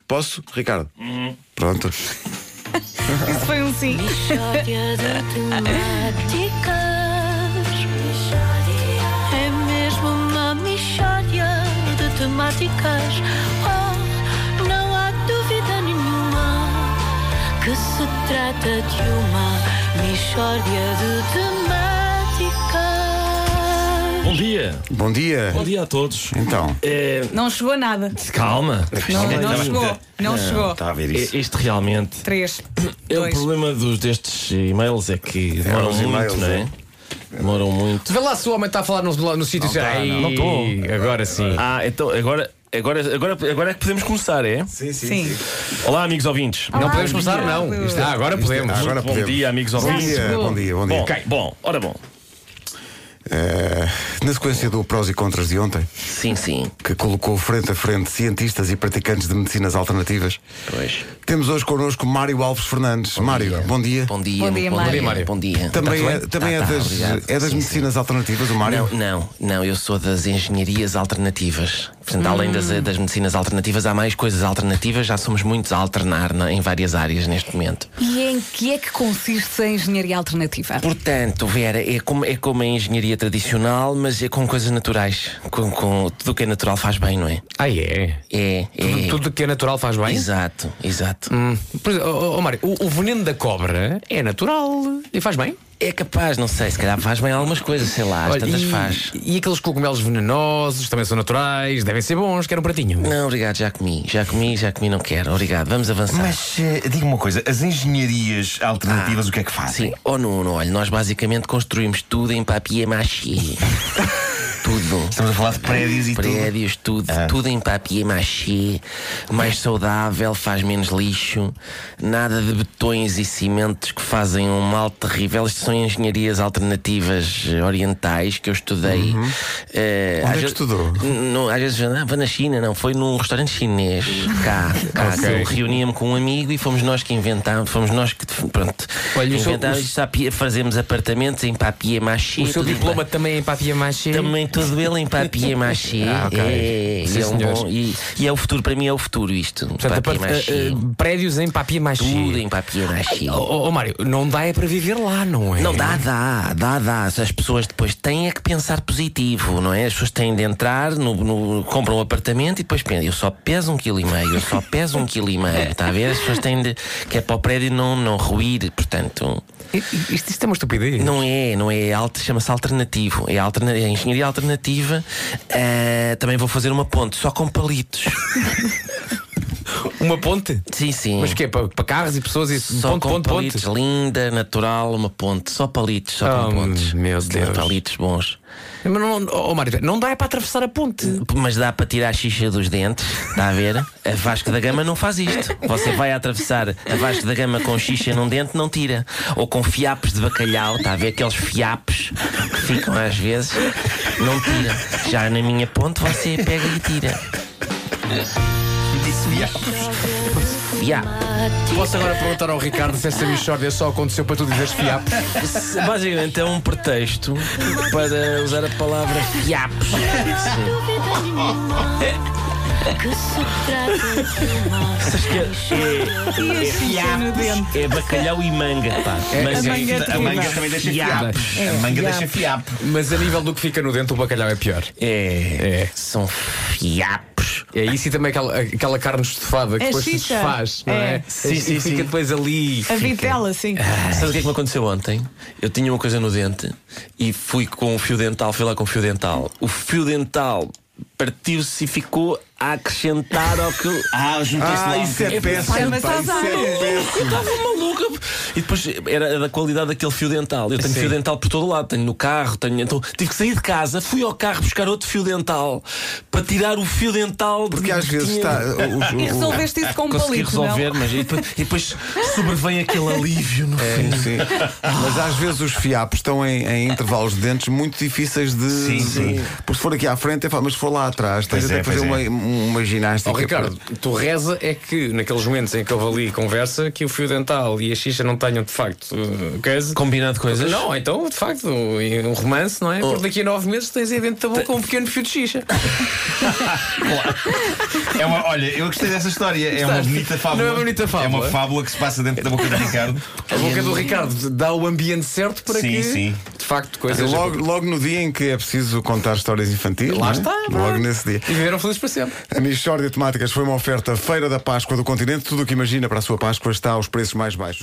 Posso, Ricardo? Pronto. Isso foi um sim. Mixórdia de temáticas. É mesmo uma mixórdia de temáticas. Oh, não há dúvida nenhuma que se trata de uma mixórdia de temáticas. Bom dia. Bom dia. Bom dia a todos. Então, Não chegou a nada. Calma. Não chegou. Não chegou. está a ver isso. Isto realmente 3, é o 2. problema destes e-mails é que demoram os muito, e-mails, não é? Demoram muito. Vê lá se o homem está a falar no sítio. Não estou. Agora sim. Então agora é que podemos começar, é? Sim. Olá, amigos ouvintes. Não podemos bom começar, dia. não. Agora podemos. Agora Bom podemos. dia, amigos Bom ouvintes. dia, chegou. bom dia, bom dia. Bom, ora bom. Na sequência do prós e contras de ontem, Sim. que colocou frente a frente cientistas e praticantes de medicinas alternativas, Pois. temos hoje connosco Mário Alves Fernandes. Mário, bom dia. Bom dia, Bom dia, muito Mário. Mário. Bom dia. Também é Tá, das obrigado. Sim, medicinas alternativas, o Mário? Não, eu sou das engenharias alternativas. Portanto, além das medicinas alternativas, há mais coisas alternativas. Já somos muitos a alternar em várias áreas neste momento. E em que é que consiste a engenharia alternativa? Portanto, Vera, é como a engenharia tradicional, mas é com coisas naturais. Com tudo o que é natural faz bem, não é? Ah, é? É. Tudo que é natural faz bem? Exato. Por exemplo, Mário, o veneno da cobra é natural e faz bem? É capaz, não sei, se calhar faz bem algumas coisas, sei lá, às tantas faz. E aqueles cogumelos venenosos também são naturais, devem ser bons, quero um pratinho. Não, obrigado, já comi, não quero. Obrigado, vamos avançar. Mas diga-me uma coisa, as engenharias alternativas o que é que fazem? Sim, ou não, olha, nós basicamente construímos tudo em papier-mâché. Tudo. Estamos a falar de prédios e Prédios, tudo em papier-mâché, mais saudável, faz menos lixo, nada de betões e cimentos que fazem um mal terrível. Isto são engenharias alternativas orientais que eu estudei. Onde é que estudou? Às vezes andava na China, não, foi num restaurante chinês. Cá Ok. eu reunia-me com um amigo e fomos nós que inventámos, pronto, Olha, inventámos isto, fazemos apartamentos em papier-mâché. O seu tudo em diploma também é em papier-mâché? também todo ele em papier-mâché. Ok. Sim, É um senhores. bom, e é o futuro, para mim é o futuro isto. Portanto, Papier-mâché. prédios em papier-mâché. Tudo em papier-mâché. Mário, não dá é para viver lá, não é? Não, dá. As pessoas depois têm é que pensar positivo, não é? As pessoas têm de entrar, compram um apartamento e depois pensam, eu só peso 1,5 kg, está a ver? As pessoas têm de, que é para o prédio não ruir, portanto... Isto é uma estupidez. Não é alto, chama-se alternativo. É engenharia alternativa. Também vou fazer uma ponte, só com palitos. Uma ponte? Sim. Mas o quê? Para carros e pessoas e Só com palitos, linda, natural, uma ponte. Só palitos, só com pontes. Meu Deus. Palitos bons. Mas Mário, não dá é para atravessar a ponte. Mas dá para tirar a xixa dos dentes, está a ver? A Vasco da Gama não faz isto. Você vai atravessar a Vasco da Gama com xixa num dente, não tira. Ou com fiapos de bacalhau, está a ver? Aqueles fiapos que ficam às vezes, não tira. Já na minha ponte você pega e tira. Disse viados. Posso agora perguntar ao Ricardo se essa mixórdia só aconteceu para tu dizeres fiapos? Basicamente é um pretexto para usar a palavra Fiapos. Dúvida nenhuma que se trata de uma Sabes que E a xixa no dente. é bacalhau e manga, pá. A manga também deixa fiapos. A manga deixa fiapo. Mas a nível do que fica no dente, o bacalhau é pior. São fiapos. É isso e também aquela carne estufada que A depois se xixa. desfaz, não é? Sim, sim, Fica sim. depois ali. A vitela, sim. Sabe o que é que me aconteceu ontem? Eu tinha uma coisa no dente e fui lá com o fio dental. O fio dental partiu-se e ficou a acrescentar ao que eu... Juntou-se logo. Isso é péssimo. Chama-se pá, isso azar. é péssimo. Estava maluca. E depois era da qualidade daquele fio dental. Eu tenho fio dental por todo lado, tenho no carro, então tive que sair de casa, fui ao carro buscar outro fio dental para tirar o fio dental. Porque às vezes tinha... está. E resolveste isso com um Consegui palito, resolver, não? mas e depois sobrevém aquele alívio no fim. Sim. Mas às vezes os fiapos estão em intervalos de dentes muito difíceis de. Sim. Porque se for aqui à frente, mas se for lá atrás, tens Pois até é, que fazer pois uma ginástica. Ricardo, tu reza é que naqueles momentos em que houve ali conversa, que o fio dental e a xixa não tenham de facto combinado coisas. Não, então de facto um romance, não é? Porque daqui a 9 meses tens aí dentro da boca um pequeno fio de xixa. Olha, eu gostei dessa história. É uma bonita fábula. Não é uma bonita fábula. É uma fábula que se passa dentro da boca do Ricardo. A boca do Ricardo dá o ambiente certo para sim, que sim. de facto coisas. Logo no dia em que é preciso contar histórias infantis. Lá não é? está. Logo nesse dia. E viveram felizes para sempre. A Mixórdia de Temáticas foi uma oferta Feira da Páscoa do Continente. Tudo o que imagina para a sua Páscoa está aos preços mais baixos.